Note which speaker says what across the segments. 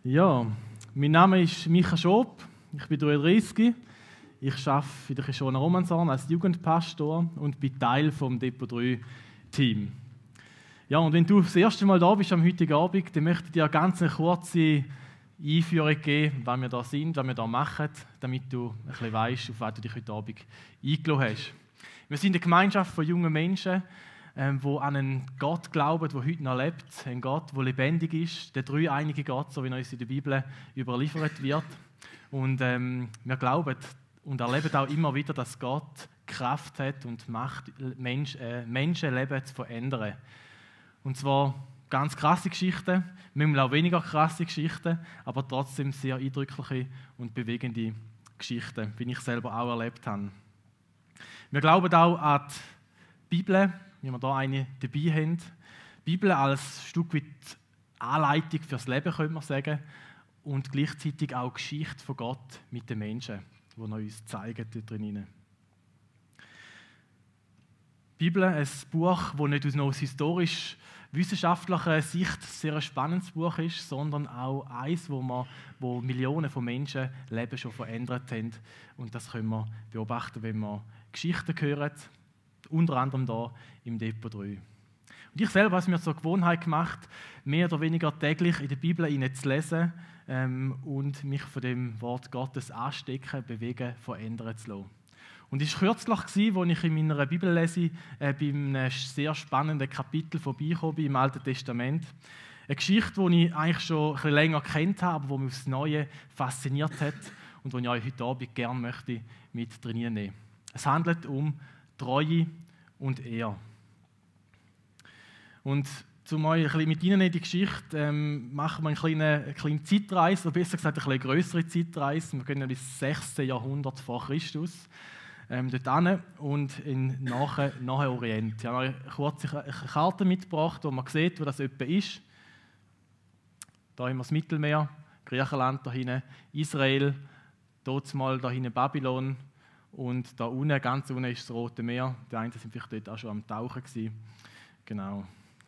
Speaker 1: Ja, mein Name ist Micha Schob, ich bin 33, ich arbeite in der Kishona Romanshorn als Jugendpastor und bin Teil des Depot 3 Team. Ja, und wenn du das erste Mal da bist am heutigen Abend, dann möchte ich dir eine ganz kurze Einführung geben, wer wir da sind, was wir da machen, damit du ein bisschen weißt, auf was du dich heute Abend eingeladen hast. Wir sind eine Gemeinschaft von jungen Menschen, die an einen Gott glauben, der heute noch lebt, ein Gott, der lebendig ist, der dreieinige Gott, so wie er uns in der Bibel überliefert wird. Und wir glauben und erleben auch immer wieder, dass Gott Kraft hat und Macht, Menschenleben zu verändern. Und zwar ganz krasse Geschichten, manchmal auch weniger krasse Geschichten, aber trotzdem sehr eindrückliche und bewegende Geschichten, wie ich selber auch erlebt habe. Wir glauben auch an die Bibel, wie wir hier eine dabei haben. Die Bibel als Stück weit Anleitung fürs Leben, könnte man sagen, und gleichzeitig auch die Geschichte von Gott mit den Menschen, die er uns zeigen dort drin. Die Bibel, ein Buch, das nicht aus historisch-wissenschaftlicher Sicht sehr ein spannendes Buch ist, sondern auch eins, wo Millionen von Menschen Leben schon verändert haben. Und das können wir beobachten, wenn wir Geschichten hören, unter anderem hier im Depot 3. Und ich selber habe es mir zur Gewohnheit gemacht, mehr oder weniger täglich in der Bibel zu lesen und mich von dem Wort Gottes anstecken, bewegen, verändern zu lassen. Und es war kürzlich, als ich in meiner Bibellese bei einem sehr spannenden Kapitel vorbeigekommen bin im Alten Testament. Eine Geschichte, die ich eigentlich schon ein bisschen länger kennt habe, aber die mich aufs Neue fasziniert hat und die ich euch heute Abend gerne möchte mit drin nehmen. Es handelt um Treue und Ehe. Und um euch ein bisschen mit Ihnen in die Geschichte machen wir eine kleine Zeitreise, oder besser gesagt eine größere Zeitreise. Wir gehen bis 6. Jahrhundert vor Christus dort hin und in Nahen Orient. Ich habe euch eine kurze Karte mitgebracht, wo man sieht, wo das etwa ist. Da haben wir das Mittelmeer, Griechenland da hinten, Israel, dort mal da hinten Babylon. Und da unten, ganz unten ist das Rote Meer. Die einen sind vielleicht dort auch schon am Tauchen gewesen. Genau.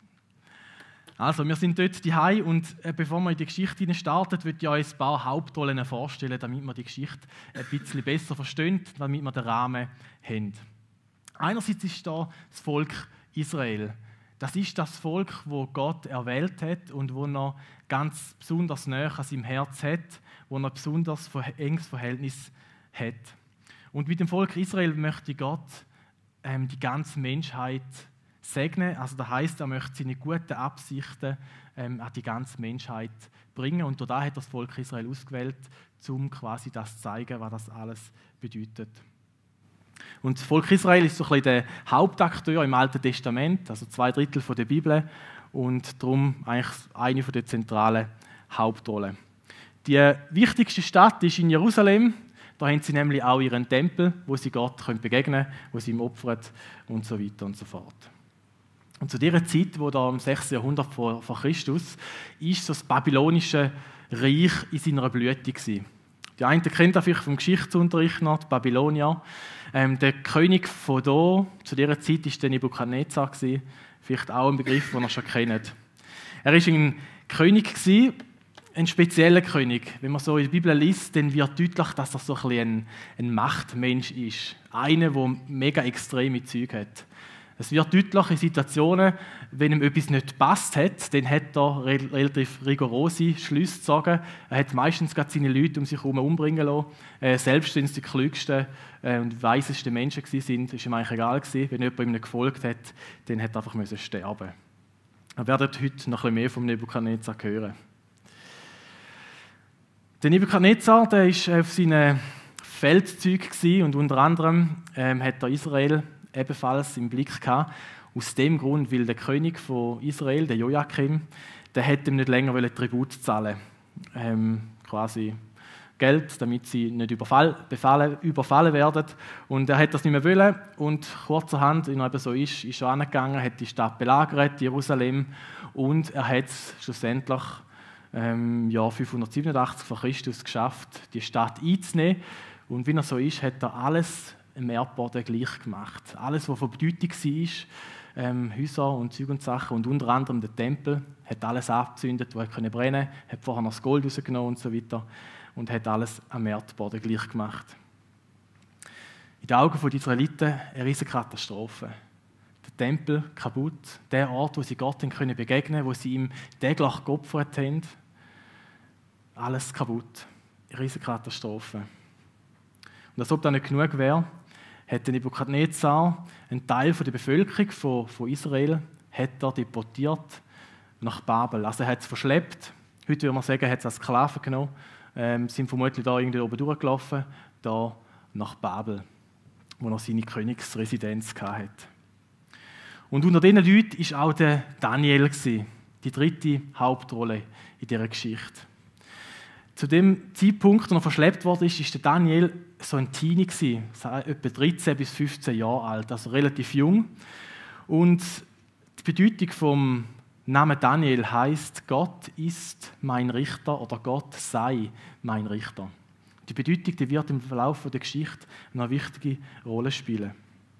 Speaker 1: Also, wir sind dort daheim und bevor wir in die Geschichte starten, würde ich euch ein paar Hauptrollen vorstellen, damit wir die Geschichte ein bisschen besser verstehen, damit wir den Rahmen haben. Einerseits ist da das Volk Israel. Das ist das Volk, das Gott erwählt hat und wo er ganz besonders nahe an seinem Herz hat, wo er ein besonders enges Verhältnis hat. Und mit dem Volk Israel möchte Gott die ganze Menschheit segnen. Also das heisst, er möchte seine guten Absichten an die ganze Menschheit bringen. Und da hat das Volk Israel ausgewählt, um quasi das zu zeigen, was das alles bedeutet. Und das Volk Israel ist so ein bisschen der Hauptakteur im Alten Testament, also 2/3 der Bibel, und darum eigentlich eine der zentralen Hauptrollen. Die wichtigste Stadt ist in Jerusalem. Da haben sie nämlich auch ihren Tempel, wo sie Gott begegnen können, wo sie ihm opfern und so weiter und so fort. Und zu dieser Zeit, wo da im 6. Jahrhundert vor Christus, ist so das babylonische Reich in seiner Blüte gewesen. Die einen kennen das vielleicht vom Geschichtsunterricht noch, die Babylonier. Der König von da, zu dieser Zeit, war der Nebukadnezar gewesen. Vielleicht auch ein Begriff, den ihr schon kennt. Er war ein König gewesen, ein spezieller König. Wenn man so in der Bibel liest, dann wird deutlich, dass er so ein bisschen ein Machtmensch ist. Einer, der mega extreme Züge hat. Es wird deutlich in Situationen, wenn ihm etwas nicht gepasst hat, dann hat er relativ rigorose Schlüsse gezogen. Er hat meistens gerade seine Leute um sich herum umbringen lassen. Selbst wenn es die klügsten und weisesten Menschen waren, war ihm eigentlich egal gewesen. Wenn jemand ihm nicht gefolgt hat, dann hat er einfach sterben. Wir werden heute noch ein bisschen mehr vom Nebukadnezar hören. Der Nebukadnezar, der war auf seinen Feldzügen und unter anderem hat er Israel ebenfalls im Blick gehabt. Aus dem Grund, weil der König von Israel, der Joachim, der hätte ihm nicht länger Tribut zahlen, quasi Geld, damit sie nicht überfallen werden. Und er hat das nicht mehr wollen und kurzerhand, wie er eben so ist er angegangen, hat die Stadt belagert, Jerusalem, und er hat es schlussendlich im Jahr 587 vor Christus geschafft, die Stadt einzunehmen. Und wie er so ist, hat er alles im Erdboden gleich gemacht. Alles, was von Bedeutung war, Häuser und Zeug und Sachen und unter anderem den Tempel, hat alles angezündet, was brennen konnte, hat vorher noch das Gold rausgenommen und so weiter und hat alles am Erdboden gleich gemacht. In den Augen der Israeliten eine riesige Katastrophe. Der Tempel kaputt, der Ort, wo sie Gott begegnen können, wo sie ihm täglich geopfert haben, alles kaputt. Eine riesige Katastrophe. Und als ob das nicht genug wäre, hat der Nebukadnezar einen Teil der Bevölkerung von Israel deportiert nach Babel. Also er hat es verschleppt. Heute würde man sagen, er hat es als Sklaven genommen. Sind vermutlich da irgendwie oben durchgelaufen, da nach Babel, wo er seine Königsresidenz hatte. Und unter diesen Leuten war auch der Daniel, die dritte Hauptrolle in dieser Geschichte. Zu dem Zeitpunkt, als er verschleppt wurde, ist der Daniel so ein Teenie, etwa 13 bis 15 Jahre alt, also relativ jung. Und die Bedeutung vom Namen Daniel heisst: Gott ist mein Richter oder Gott sei mein Richter. Die Bedeutung, die wird im Verlauf der Geschichte eine wichtige Rolle spielen.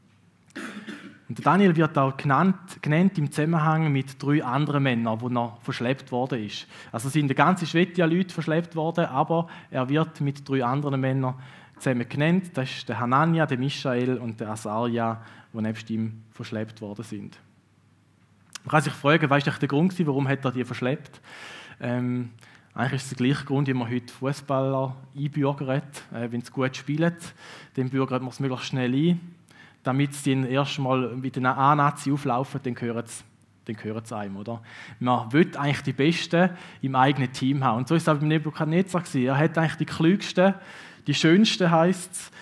Speaker 1: Und der Daniel wird auch genannt im Zusammenhang mit 3 anderen Männern, wo er verschleppt worden ist. Also sind eine ganze Schwette Leute verschleppt worden, aber er wird mit 3 anderen Männern zusammen genannt. Das ist der Hanania, der Michael und der Asaria, die nebst ihm verschleppt worden sind. Man kann sich fragen, was war der Grund, warum hat er die verschleppt? Eigentlich ist es der gleiche Grund, wie man heute Fußballer einbürgert. Wenn sie gut spielen, dann bürgert man es möglichst schnell ein, damit sie dann erst mal mit einer A-Nazi auflaufen, dann gehören sie einem. Oder? Man will eigentlich die Besten im eigenen Team haben. Und so ist es auch beim Nebukadnezar gewesen. Er hat eigentlich die Klügsten, die Schönsten heisst es,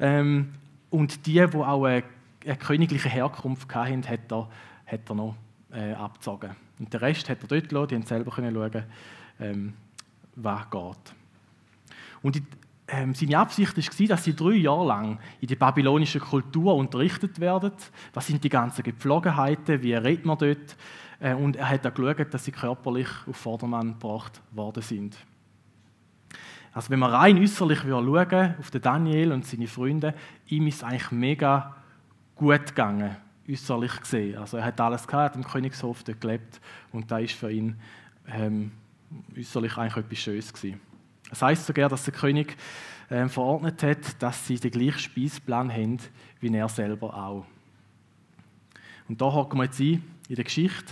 Speaker 1: und die auch eine königliche Herkunft hatten, hat er noch abgezogen. Und den Rest hat er dort gelassen, die haben selber schauen, was geht. Und seine Absicht war, dass sie 3 Jahre lang in der babylonischen Kultur unterrichtet werden. Was sind die ganzen Gepflogenheiten, wie redet man dort? Und er hat auch geschaut, dass sie körperlich auf Vordermann gebracht worden sind. Also wenn man rein äußerlich schauen auf den Daniel und seine Freunde, ihm ist es eigentlich mega gut gegangen, äußerlich gesehen. Also er hat alles gehabt, hat im Königshof dort gelebt und da ist für ihn äußerlich eigentlich etwas Schönes gewesen. Es heisst sogar, dass der König verordnet hat, dass sie den gleichen Speisplan haben wie er selber auch. Und da hocken wir jetzt ein in der Geschichte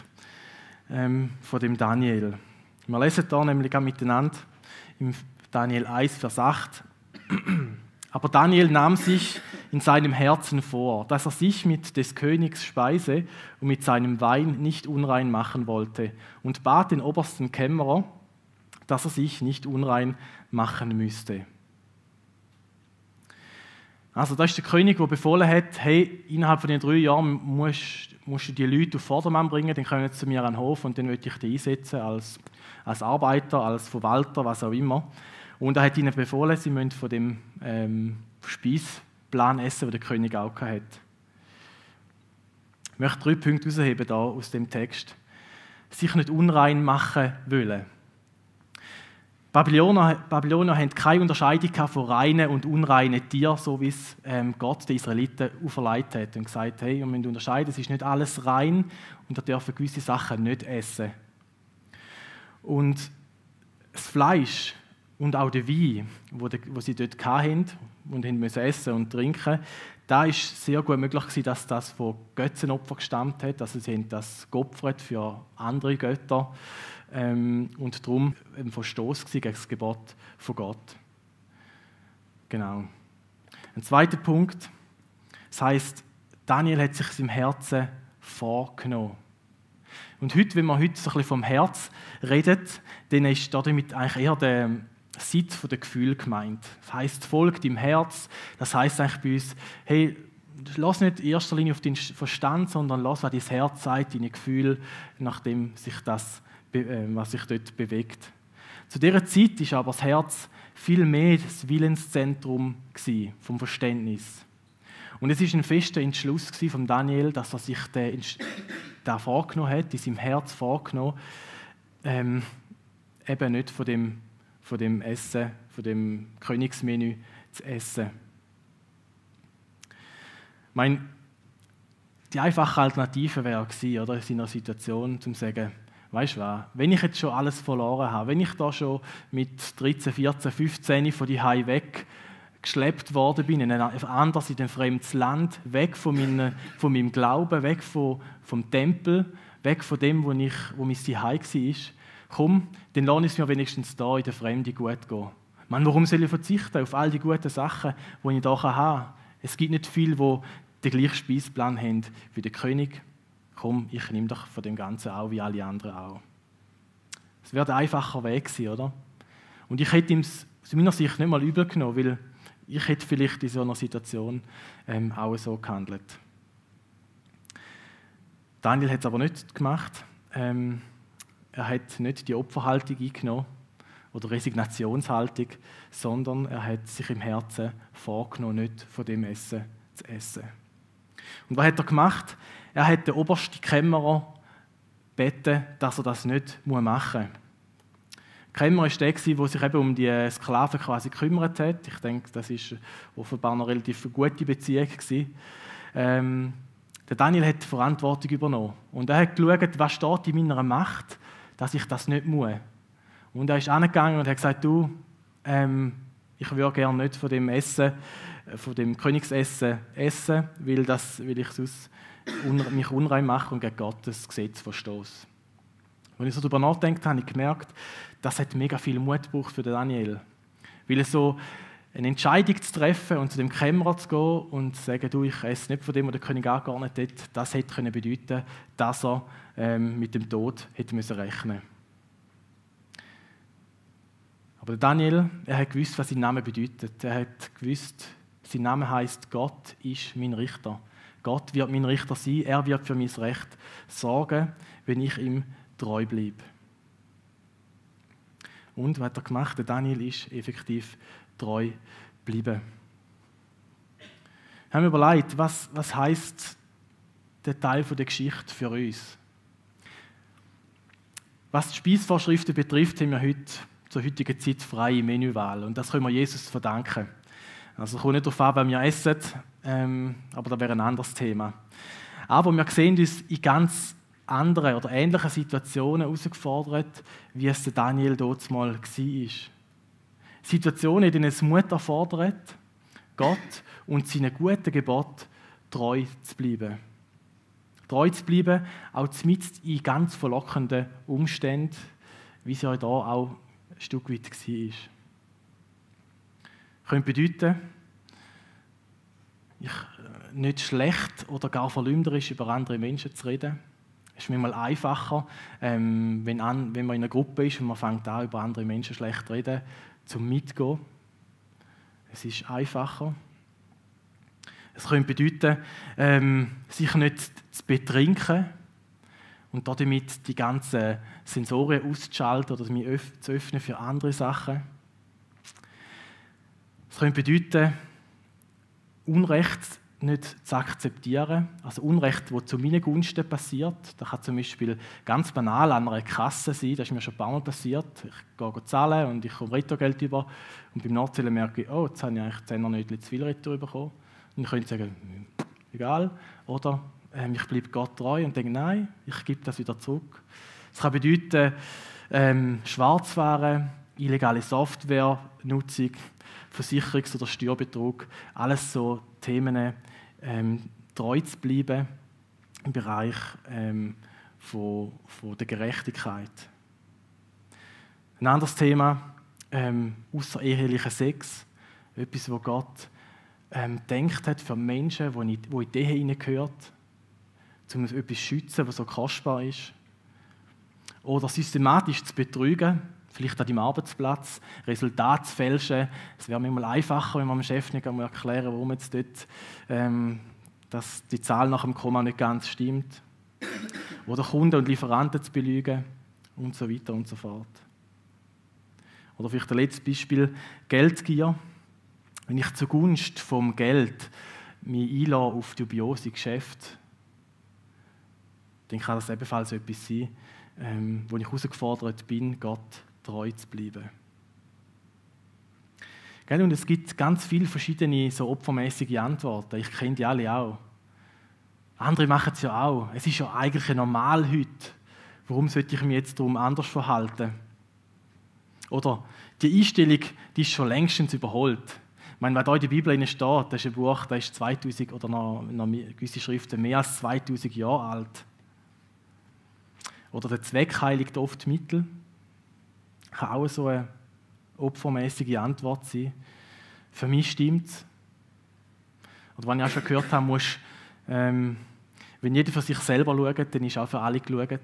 Speaker 1: von dem Daniel. Wir lesen da nämlich miteinander im Daniel 1, Vers 8. Aber Daniel nahm sich in seinem Herzen vor, dass er sich mit des Königs Speise und mit seinem Wein nicht unrein machen wollte und bat den obersten Kämmerer, dass er sich nicht unrein machen müsste. Also das ist der König, der befohlen hat, hey, innerhalb von den 3 Jahren musst du die Leute auf Vordermann bringen, dann kommen sie zu mir an den Hof und dann möchte ich die einsetzen als Arbeiter, als Verwalter, was auch immer. Und er hat ihnen befohlen, sie müssen von dem Speisplan essen, den der König auch hatte. Ich möchte 3 Punkte herausheben hier aus dem Text. Sich nicht unrein machen wollen. Babylonier hatten keine Unterscheidung von reinen und unreinen Tieren, so wie es Gott den Israeliten auferlegt hat und gesagt, hey, wir müssen unterscheiden, es ist nicht alles rein und da dürfen gewisse Sachen nicht essen. Und das Fleisch und auch der Wein, wo sie dort hatten und müssen essen und trinken, da war sehr gut möglich, dass das von Götzenopfern gestammt hat. Also sie haben das geopfert für andere Götter und darum ein Verstoß gegen das Gebot von Gott. Genau. Ein zweiter Punkt, das heisst, Daniel hat sich im Herzen vorgenommen. Und heute, wenn man heute so ein bisschen vom Herz redet, dann ist damit eigentlich eher der Sitz der Gefühle gemeint. Das heisst, folgt im Herz. Das heisst eigentlich bei uns, hey, lass nicht in erster Linie auf den Verstand, sondern lass, was dein Herz sagt, deine Gefühle, nachdem sich das, was sich dort bewegt. Zu dieser Zeit war aber das Herz viel mehr das Willenszentrum vom Verständnis. Und es war ein fester Entschluss von Daniel, dass er sich den vorgenommen hat, in seinem Herz vorgenommen, eben nicht von dem Essen, von dem Königsmenü zu essen. Ich meine, die einfache Alternative wäre gewesen, oder, in seiner Situation, um zu sagen, weißt du was, wenn ich jetzt schon alles verloren habe, wenn ich da schon mit 13, 14, 15 von die Hause weg geschleppt worden bin, in ein anderes, in ein fremdes Land, weg von meinem Glauben, weg vom Tempel, weg von dem, wo mein Zuhause war, komm, dann lass es mir wenigstens da in der Fremde gut gehen. Mann, warum soll ich verzichten auf all die guten Sachen, die ich hier haben kann? Es gibt nicht viele, die den gleichen Speisplan haben wie der König. Komm, ich nehme doch von dem Ganzen auch, wie alle anderen auch. Es wäre ein einfacher Weg gewesen, oder? Und ich hätte ihm aus meiner Sicht nicht mal übel genommen, weil ich hätte vielleicht in so einer Situation auch so gehandelt. Daniel hat es aber nicht gemacht. Er hat nicht die Opferhaltung eingenommen oder Resignationshaltung, sondern er hat sich im Herzen vorgenommen, nicht von dem Essen zu essen. Und was hat er gemacht? Er hat den obersten Kämmerer gebeten, dass er das nicht machen muss. Der Kämmerer war der, der sich eben um die Sklaven quasi gekümmert hat. Ich denke, das war offenbar eine relativ gute Beziehung. Der Daniel hat die Verantwortung übernommen. Und er hat geschaut, was steht in meiner Macht, dass ich das nicht muss. Und er ist angegangen und hat gesagt, du, ich würde gerne nicht von dem Essen, von dem Königsessen essen, weil ich sonst mich unrein mache und gegen Gottes Gesetz verstoße. Als ich so darüber nachgedacht habe, habe ich gemerkt, das hat mega viel Mut gebraucht für Daniel. Weil so eine Entscheidung zu treffen und zu dem Kämmerer zu gehen und zu sagen, du, ich esse nicht von dem, was der König angeordnet hat, das hätte bedeuten können, dass er mit dem Tod hätte rechnen müssen. Aber Daniel, er hat gewusst, was sein Name bedeutet. Er hat gewusst, sein Name heisst, Gott ist mein Richter. Gott wird mein Richter sein, er wird für mein Recht sorgen, wenn ich ihm treu bleibe. Und was hat er gemacht? Der Daniel ist effektiv treu geblieben. Wir haben überlegt, was heisst der Teil der Geschichte für uns? Was die Speisvorschriften betrifft, haben wir heute zur heutigen Zeit freie Menüwahl. Und das können wir Jesus verdanken. Also es kommt nicht darauf an, was wir essen, aber das wäre ein anderes Thema. Aber wir sehen uns in ganz anderen oder ähnlichen Situationen herausgefordert, wie es der Daniel dort mal war. Situationen, in denen es Mut erfordert, Gott und seinen guten Geboten treu zu bleiben. Treu zu bleiben, auch mitten in ganz verlockenden Umständen, wie es ja hier auch ein Stück weit war. Könnte bedeuten, nicht schlecht oder gar verleumderisch über andere Menschen zu reden. Es ist manchmal einfacher, wenn man in einer Gruppe ist und man fängt an, über andere Menschen schlecht zu reden, zum Mitgehen. Es ist einfacher. Es könnte bedeuten, sich nicht zu betrinken und damit die ganzen Sensoren auszuschalten oder mich zu öffnen für andere Sachen. Es könnte bedeuten, Unrecht nicht zu akzeptieren. Also Unrecht, das zu meinen Gunsten passiert. Das kann zum Beispiel ganz banal an einer Kasse sein. Das ist mir schon ein paar Mal passiert. Ich gehe zahlen und ich komme Rettogeld über. Und beim Nachzählen merke ich, oh, jetzt habe ich eigentlich 10 nicht zu viel Retour bekommen. Und ich könnte sagen, egal. Oder ich bleibe Gott treu und denke, nein, ich gebe das wieder zurück. Es kann bedeuten, Schwarzfahren, illegale Softwarenutzung, Versicherungs- oder Steuerbetrug, alles so Themen, treu zu bleiben im Bereich von der Gerechtigkeit. Ein anderes Thema, außerehelicher Sex, etwas, wo Gott gedacht hat für Menschen, die in die Ehe hineingehört, um etwas zu schützen, was so kostbar ist. Oder systematisch zu betrügen, vielleicht an deinem Arbeitsplatz, Resultate zu fälschen. Es wäre manchmal einfacher, wenn man dem Chef nicht erklären kann, warum jetzt dort dass die Zahl nach dem Komma nicht ganz stimmt. Oder Kunden und Lieferanten zu belügen und so weiter und so fort. Oder vielleicht das letzte Beispiel, Geldgier. Wenn ich zugunsten vom Geld mich einlasse auf dubiose Geschäfte, dann kann das ebenfalls etwas sein, wo ich herausgefordert bin, Gott treu zu bleiben. Und es gibt ganz viele verschiedene so opfermäßige Antworten. Ich kenne die alle auch. Andere machen es ja auch. Es ist ja eigentlich normal heute. Warum sollte ich mich jetzt darum anders verhalten? Oder die Einstellung, die ist schon längstens überholt. Ich meine, was da in der Bibel steht, das ist ein Buch, das ist 2000 oder noch gewisse Schriften mehr als 2000 Jahre alt. Oder der Zweck heiligt oft Mittel. Kann auch so eine opfermäßige Antwort sein. Für mich stimmt es. Oder was ich auch schon gehört habe, muss, wenn jeder für sich selber schaut, dann ist auch für alle geschaut.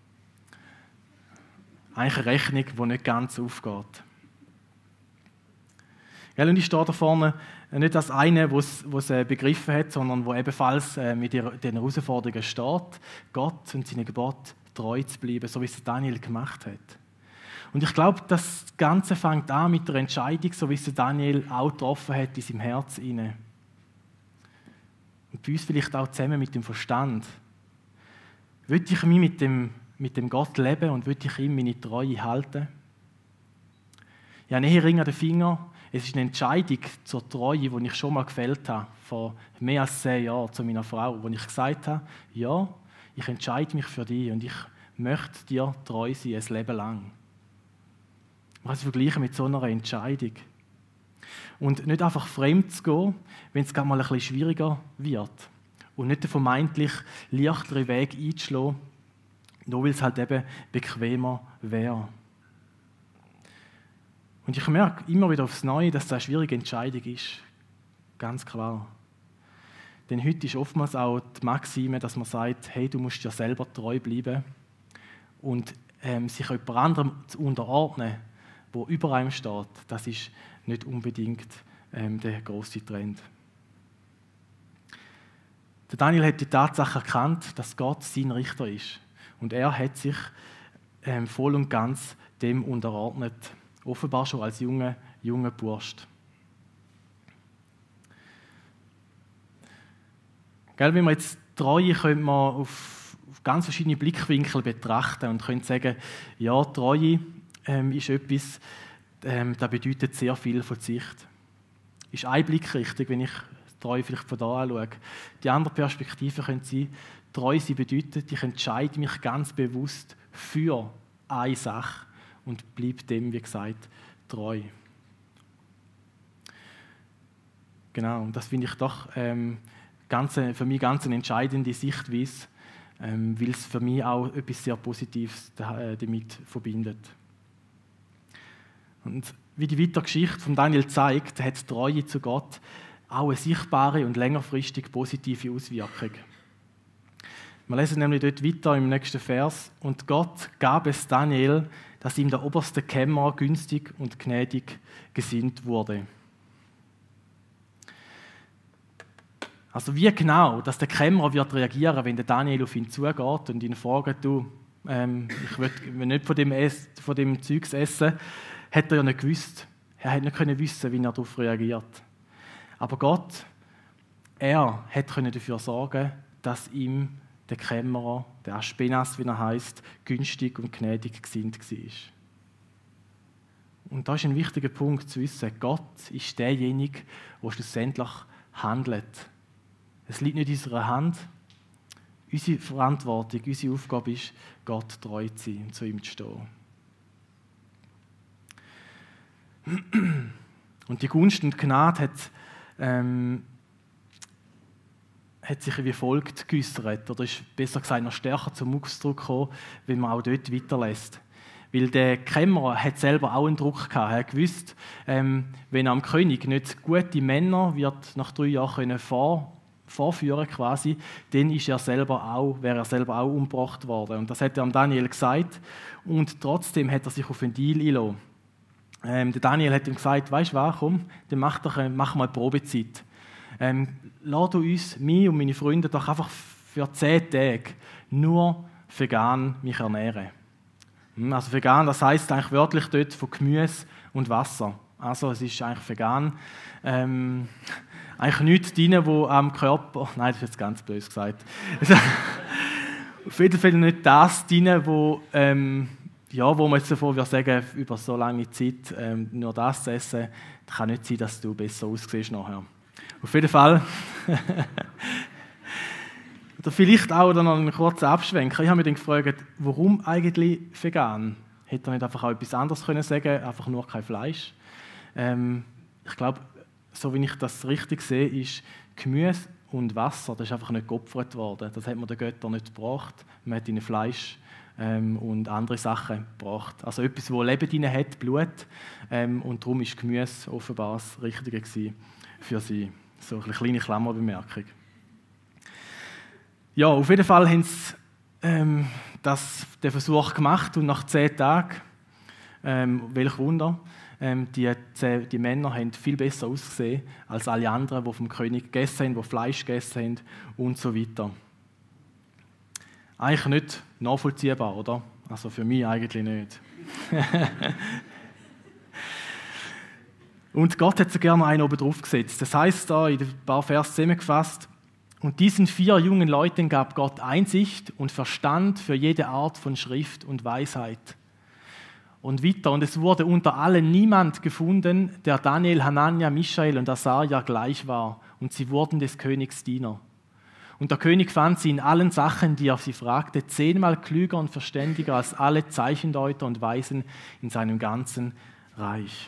Speaker 1: Eigentlich eine Rechnung, die nicht ganz aufgeht. Und ich stehe da vorne nicht als einer, der es begriffen hat, sondern der ebenfalls mit den Herausforderungen steht, Gott und seinen Geboten treu zu bleiben, so wie es Daniel gemacht hat. Und ich glaube, das Ganze fängt an mit der Entscheidung, so wie es Daniel auch getroffen hat in seinem Herz hinein. Und bei uns vielleicht auch zusammen mit dem Verstand. Will ich mich mit dem Gott leben und will ich ihm meine Treue halten? Ich habe einen Ring an den Finger. Es ist eine Entscheidung zur Treue, die ich schon mal gefällt habe, vor mehr als 10 Jahren zu meiner Frau, wo ich gesagt habe, ja, ich entscheide mich für dich und ich möchte dir treu sein, ein Leben lang. Man kann es vergleichen mit so einer Entscheidung. Und nicht einfach fremd zu gehen, wenn es gerade mal ein bisschen schwieriger wird. Und nicht den vermeintlich leichteren Weg einzuschlagen, nur weil es halt eben bequemer wäre. Und ich merke immer wieder aufs Neue, dass das eine schwierige Entscheidung ist. Ganz klar. Denn heute ist oftmals auch die Maxime, dass man sagt, hey, du musst dir selber treu bleiben und sich jemand anderem zu unterordnen, der über einem steht, das ist nicht unbedingt der grosse Trend. Der Daniel hat die Tatsache erkannt, dass Gott sein Richter ist. Und er hat sich voll und ganz dem unterordnet. Offenbar schon als junger Bursch. Wenn wir jetzt Treue können wir auf ganz verschiedene Blickwinkel betrachten und können sagen, ja, Treue ist etwas, das bedeutet sehr viel Verzicht. Ist ein Blick richtig, wenn ich Treue vielleicht von da anschaue. Die andere Perspektive könnte sein, Treue sein bedeutet, ich entscheide mich ganz bewusst für eine Sache und bleibe dem, wie gesagt, treu. Genau, und das finde ich doch für mich ganz eine entscheidende Sichtweise, weil es für mich auch etwas sehr Positives damit verbindet. Und wie die weitere Geschichte von Daniel zeigt, hat die Treue zu Gott auch eine sichtbare und längerfristig positive Auswirkung. Wir lesen nämlich dort weiter im nächsten Vers. Und Gott gab es Daniel, dass ihm der oberste Kämmerer günstig und gnädig gesinnt wurde. Also wie genau, dass der Kämmerer wird reagieren, wenn der Daniel auf ihn zugeht und ihn fragt, du, ich will nicht von dem Zeugs essen, hat er ja nicht gewusst. Er hat nicht wissen, wie er darauf reagiert. Aber Gott, er hat dafür sorgen, dass ihm der Kämmerer, der Aspenas, wie er heisst, günstig und gnädig gesinnt war. Und da ist ein wichtiger Punkt zu wissen, Gott ist derjenige, der schlussendlich handelt. Es liegt nicht in unserer Hand. Unsere Verantwortung, unsere Aufgabe ist, Gott treu zu sein und zu ihm zu stehen. Und die Gunst und Gnade hat sich wie folgt geäussert, oder ist besser gesagt noch stärker zum Ausdruck gekommen, wenn man auch dort weiterlässt. Weil der Kämmerer hat selber auch einen Druck gehabt. Er hat gewusst, wenn am König nicht gute Männer wird nach 3 Jahren vorführen quasi, dann wäre er selber auch umgebracht worden. Und das hat er Daniel gesagt. Und trotzdem hat er sich auf einen Deal eingelassen. Der Daniel hat ihm gesagt, weißt du was, komm, dann mach mal eine Probezeit. Lass du uns, mich und meine Freunde, doch einfach für 10 Tage nur vegan mich ernähren. Also vegan, das heisst eigentlich wörtlich dort von Gemüse und Wasser. Also es ist eigentlich vegan. Eigentlich nichts drin, wo am Körper... Nein, das ist jetzt ganz böse gesagt. Auf jeden Fall nicht das drin, wo man jetzt davon würde sagen, über so lange Zeit nur das zu essen, das kann nicht sein, dass du besser aussiehst nachher. Auf jeden Fall. Oder vielleicht auch noch einen kurzen Abschwenker. Ich habe mich dann gefragt, warum eigentlich vegan? Hätte er nicht einfach auch etwas anderes können sagen, einfach nur kein Fleisch? Ich glaube, so wie ich das richtig sehe, ist Gemüse und Wasser, das ist einfach nicht geopfert worden. Das hat man den Göttern nicht gebracht. Man hat ihnen Fleisch und andere Sachen gebracht. Also etwas, das Leben drin hat, Blut. Und darum war Gemüse offenbar das Richtige für sie. So eine kleine Klammerbemerkung. Ja, auf jeden Fall haben sie den Versuch gemacht und nach 10 Tagen, welch Wunder, die Männer haben viel besser ausgesehen als alle anderen, die vom König gegessen haben, die Fleisch gegessen haben und so weiter. Eigentlich nicht nachvollziehbar, oder? Also für mich eigentlich nicht. Und Gott hat so gerne einen oben drauf gesetzt. Das heißt da in ein paar Versen zusammengefasst: Und diesen 4 jungen Leuten gab Gott Einsicht und Verstand für jede Art von Schrift und Weisheit. Und weiter: Und es wurde unter allen niemand gefunden, der Daniel, Hanania, Michael und Asaja gleich war. Und sie wurden des Königs Diener. Und der König fand sie in allen Sachen, die er sie fragte, 10-mal klüger und verständiger als alle Zeichendeuter und Weisen in seinem ganzen Reich.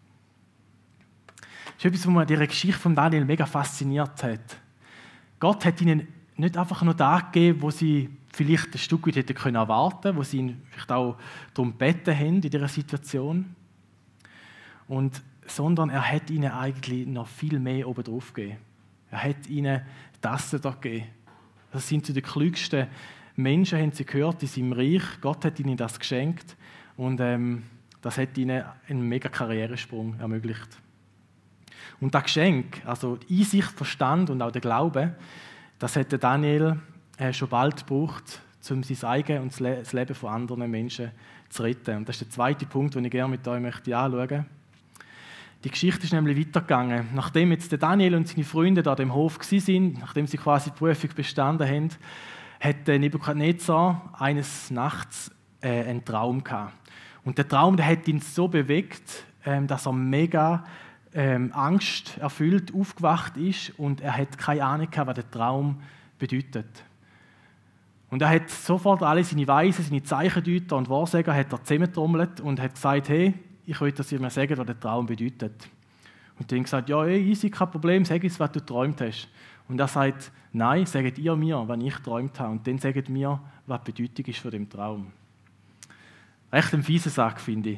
Speaker 1: Das ist etwas, was mir diese Geschichte von Daniel mega fasziniert hat. Gott hat ihnen nicht einfach nur das gegeben, wo sie vielleicht ein Stück weit hätten erwarten können, wo sie ihn vielleicht auch darum gebeten haben in dieser Situation. Sondern er hat ihnen eigentlich noch viel mehr obendrauf gegeben. Er hat ihnen das da gegeben. Das sind zu den klügsten Menschen, haben sie gehört, in seinem Reich. Gott hat ihnen das geschenkt und das hat ihnen einen mega Karrieresprung ermöglicht. Und das Geschenk, also die Einsicht, Verstand und auch der Glaube, das hat Daniel schon bald gebraucht, um sein eigenes und das Leben von anderen Menschen zu retten. Und das ist der zweite Punkt, den ich gerne mit euch anschauen möchte. Die Geschichte ist nämlich weitergegangen. Nachdem jetzt der Daniel und seine Freunde da dem Hof waren, nachdem sie quasi die Prüfung bestanden haben, hat Nebukadnezar eines Nachts einen Traum gehabt. Und der Traum, der hat ihn so bewegt, dass er mega Angst erfüllt aufgewacht ist und er hat keine Ahnung gehabt, was der Traum bedeutet. Und er hat sofort alle seine Weisen, seine Zeichendeuter und Wahrsager hat er zusammentrommelt und hat gesagt: Hey, ich will, dass ihr mir sagt, was der Traum bedeutet. Und die haben gesagt: Ja, easy, kein Problem, sag uns, was du geträumt hast. Und er sagt: Nein, sagt ihr mir, was ich geträumt habe. Und dann sagt mir, was die Bedeutung ist von dem Traum. Recht ein fieser Sack, finde ich.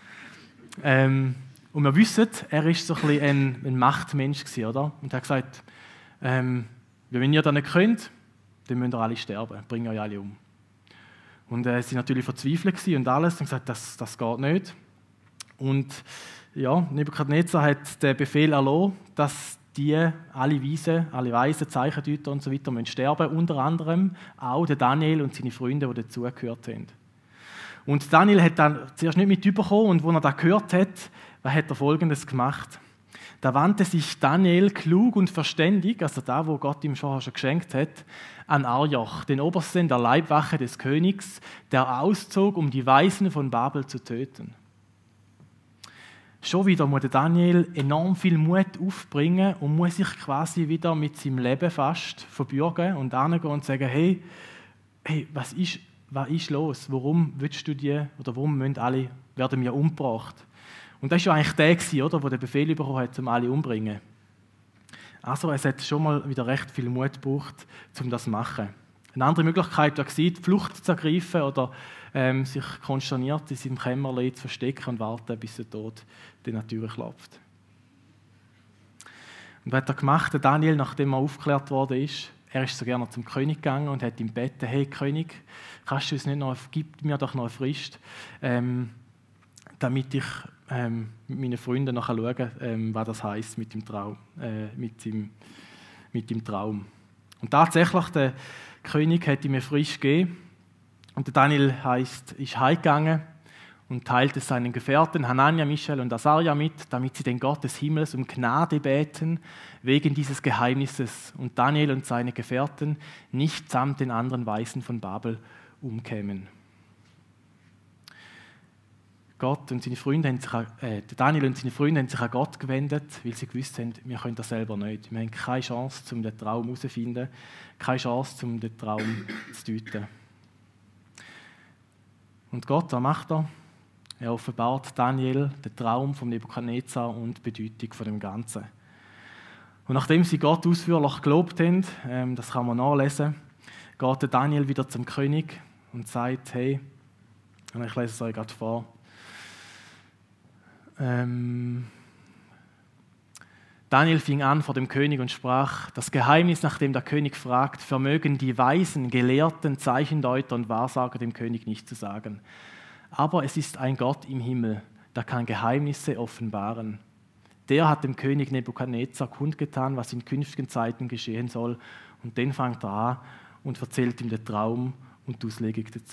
Speaker 1: Und wir wissen, er war so ein bisschen ein Machtmensch, oder? Und er hat gesagt, wenn ihr das nicht könnt, dann müsst ihr alle sterben, bringt euch alle um. Und sie waren natürlich verzweifelt und alles und gesagt, das geht nicht. Und ja, Nebukadnezar hat den Befehl erlassen, dass alle Weisen, Zeichendeuter und so weiter müssen sterben, unter anderem auch der Daniel und seine Freunde, die dazugehört haben. Und Daniel hat dann zuerst nicht mitbekommen und als er das gehört hat, was hat er Folgendes gemacht? Da wandte sich Daniel klug und verständig, also da, wo Gott ihm schon geschenkt hat, an Arioch, den Obersten der Leibwache des Königs, der auszog, um die Weisen von Babel zu töten. Schon wieder muss Daniel enorm viel Mut aufbringen und muss sich quasi wieder mit seinem Leben fast verbürgen und hingehen und sagen: Hey, was ist los? Warum willst du oder warum werden wir umgebracht? Und das war ja eigentlich der, oder, der den Befehl bekommen hat, um alle umzubringen. Also es hat schon mal wieder recht viel Mut gebraucht, um das zu machen. Eine andere Möglichkeit war, die Flucht zu ergreifen oder sich konsterniert in seinem Kämmerlein zu verstecken und warten, bis der Tod dann natürlich klopft. Und was hat er gemacht, der Daniel, nachdem er aufgeklärt worden ist? Er ist so gerne zum König gegangen und hat ihm gebeten: Hey König, gib mir doch noch eine Frist, damit ich mit meinen Freunden nachher schauen, was das heisst mit dem Traum. Und tatsächlich, der König hat ihm eine Frist gegeben. Und der Daniel ist heimgegangen und teilte seinen Gefährten Hanania, Michael und Asaja mit, damit sie den Gott des Himmels um Gnade beten wegen dieses Geheimnisses und Daniel und seine Gefährten nicht samt den anderen Weisen von Babel umkämen. Gott und seine Freunde haben sich Daniel und seine Freunde haben sich an Gott gewendet, weil sie gewusst haben, wir können das selber nicht. Wir haben keine Chance, um den Traum herauszufinden, keine Chance, um den Traum zu deuten. Und Gott, was macht er? Er offenbart Daniel den Traum von Nebukadnezar und die Bedeutung von dem Ganzen. Und nachdem sie Gott ausführlich gelobt haben, das kann man nachlesen, geht Daniel wieder zum König und sagt, hey, und ich lese es euch gerade vor, Daniel fing an vor dem König und sprach, das Geheimnis, nach dem der König fragt, vermögen die Weisen, Gelehrten, Zeichendeuter und Wahrsager dem König nicht zu sagen. Aber es ist ein Gott im Himmel, der kann Geheimnisse offenbaren. Der hat dem König Nebukadnezar kundgetan, was in künftigen Zeiten geschehen soll. Und dann fängt er an und erzählt ihm den Traum und die Auslegung dazu.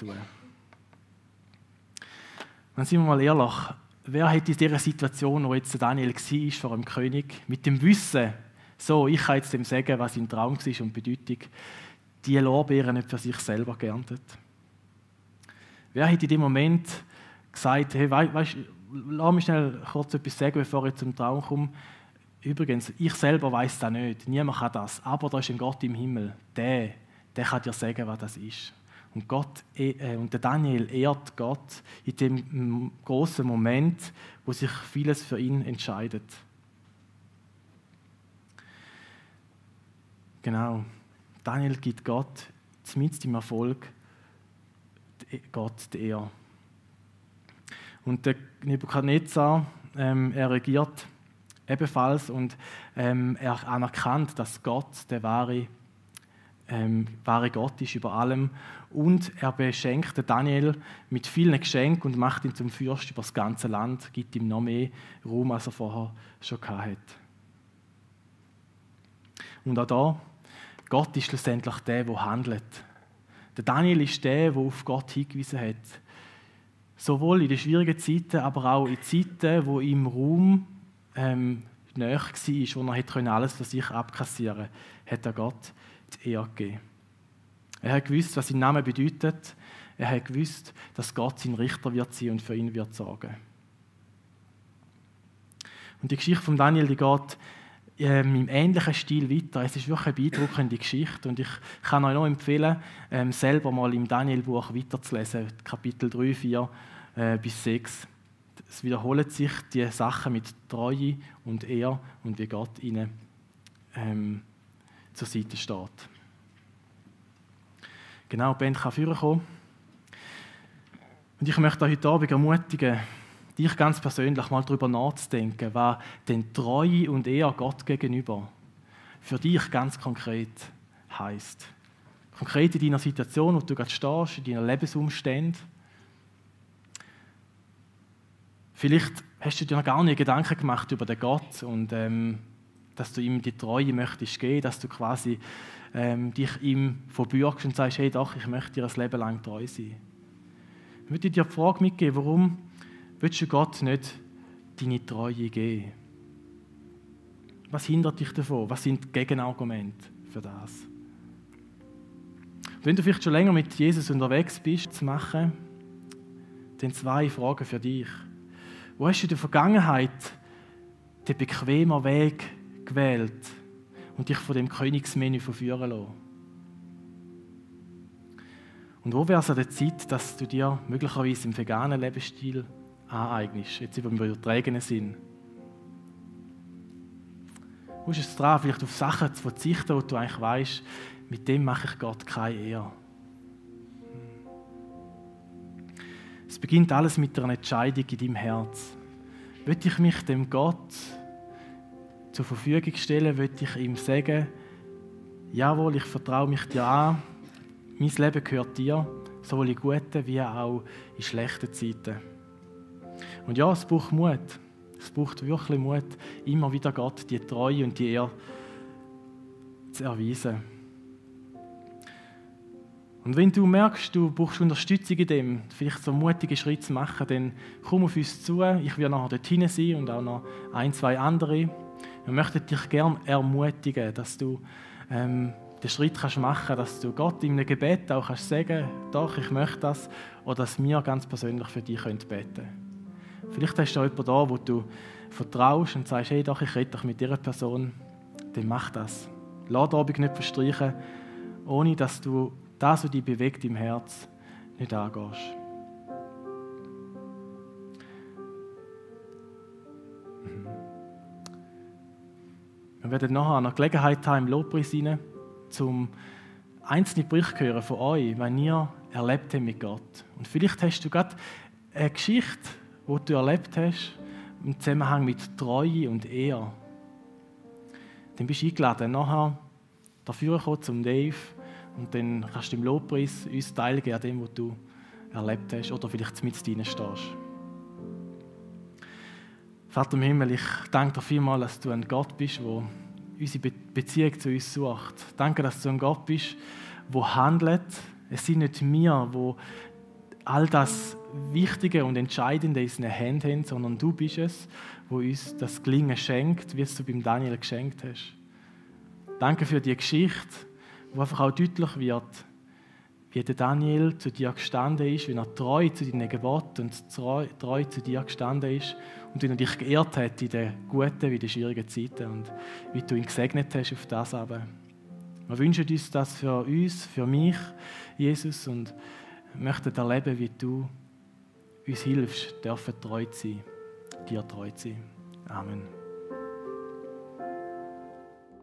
Speaker 1: Dann sind wir mal ehrlich, wer hätte in dieser Situation, wo jetzt Daniel war, vor dem König, mit dem Wissen, so, ich kann jetzt dem sagen, was im Traum war und die Bedeutung, die Lorbeeren nicht für sich selber geerntet? Wer hätte in dem Moment gesagt, hey, weißt, lass mich schnell kurz etwas sagen, bevor ich zum Traum komme. Übrigens, ich selber weiß das nicht, niemand kann das, aber da ist ein Gott im Himmel, der kann dir sagen, was das ist. Und der Daniel ehrt Gott in dem großen Moment, wo sich vieles für ihn entscheidet. Genau, Daniel gibt Gott mitten im Erfolg Gott die Ehre. Und der Nebukadnezar, er regiert ebenfalls und er anerkannt, dass Gott der wahre Gott ist über allem. Und er beschenkt Daniel mit vielen Geschenken und macht ihn zum Fürst über das ganze Land, gibt ihm noch mehr Ruhm, als er vorher schon hatte. Und auch da, Gott ist schlussendlich der handelt. Der Daniel ist der auf Gott hingewiesen hat. Sowohl in den schwierigen Zeiten, aber auch in Zeiten, wo ihm Ruhm nahe war, wo er alles für sich abkassieren konnte, hat er Gott die Ehre gegeben. Er hat gewusst, was sein Name bedeutet. Er hat gewusst, dass Gott sein Richter wird sein und für ihn wird sorgen. Und die Geschichte von Daniel, die geht im ähnlichen Stil weiter. Es ist wirklich eine beeindruckende Geschichte und ich kann euch noch empfehlen, selber mal im Daniel-Buch weiterzulesen, Kapitel 3, 4 bis 6. Es wiederholen sich die Sachen mit Treue und Ehre und wie Gott ihnen zur Seite steht. Genau, die Band kann vorkommen. Und ich möchte euch heute Abend ermutigen, dich ganz persönlich mal darüber nachzudenken, was denn Treue und Ehre Gott gegenüber für dich ganz konkret heisst. Konkret in deiner Situation, wo du gerade stehst, in deinen Lebensumständen. Vielleicht hast du dir noch gar nicht Gedanken gemacht über den Gott und dass du ihm die Treue möchtest geben, dass du quasi dich ihm verbürgst und sagst, hey doch, ich möchte dir ein Leben lang treu sein. Ich möchte dir die Frage mitgeben, warum willst du Gott nicht deine Treue geben? Was hindert dich davon? Was sind die Gegenargumente für das? Wenn du vielleicht schon länger mit Jesus unterwegs bist, zu machen, dann 2 Fragen für dich. Wo hast du in der Vergangenheit den bequemen Weg gewählt und dich von dem Königsmenü verführen lassen? Und wo wäre es an der Zeit, dass du dir möglicherweise im veganen Lebensstil aneignest, jetzt über den übertragenen Sinn? Wo ist es dran, vielleicht auf Sachen zu verzichten, wo du eigentlich weißt, mit dem mache ich Gott keine Ehre? Es beginnt alles mit einer Entscheidung in deinem Herz. Will ich mich dem Gott zur Verfügung stellen? Will ich ihm sagen, jawohl, ich vertraue mich dir an, mein Leben gehört dir, sowohl in guten wie auch in schlechten Zeiten. Und ja, es braucht Mut. Es braucht wirklich Mut, immer wieder Gott die Treue und die Ehre zu erweisen. Und wenn du merkst, du brauchst Unterstützung in dem, vielleicht so einen mutigen Schritt zu machen, dann komm auf uns zu. Ich werde nachher dort hinein sein und auch noch 1, 2 andere. Wir möchten dich gerne ermutigen, dass du den Schritt machen kannst, dass du Gott in einem Gebet auch kannst sagen, doch, ich möchte das, oder dass wir ganz persönlich für dich beten können. Vielleicht hast du auch jemanden da, wo du vertraust und sagst, hey doch, ich rede doch mit dieser Person, dann mach das. Lass den Abend nicht verstreichen, ohne dass du das, was dich bewegt im Herz, nicht angehst. Wir werden nachher eine Gelegenheit haben, im Lobpreis rein, um einzelne Berichte hören von euch, wenn ihr erlebt habt mit Gott. Und vielleicht hast du gerade eine Geschichte, die du erlebt hast, im Zusammenhang mit Treue und Ehe. Dann bist du eingeladen, nachher dafür kommen zum Dave und dann kannst du im Lobpreis uns teilgeben an dem, was du erlebt hast oder vielleicht mit drin stehst. Vater im Himmel, ich danke dir vielmals, dass du ein Gott bist, der unsere Beziehung zu uns sucht. Danke, dass du ein Gott bist, der handelt. Es sind nicht wir, die all das Wichtige und Entscheidende in unseren Händen haben, sondern du bist es, der uns das Gelingen schenkt, wie es du beim Daniel geschenkt hast. Danke für die Geschichte, wo einfach auch deutlich wird, wie der Daniel zu dir gestanden ist, wie er treu zu deinen Geboten und treu zu dir gestanden ist und wie er dich geehrt hat in den guten wie in den schwierigen Zeiten und wie du ihn gesegnet hast auf das aber. Wir wünschen uns das für uns, für mich, Jesus, und möchten erleben, wie du uns hilfst, dürfen treu zu sein, dir treu zu sein. Amen.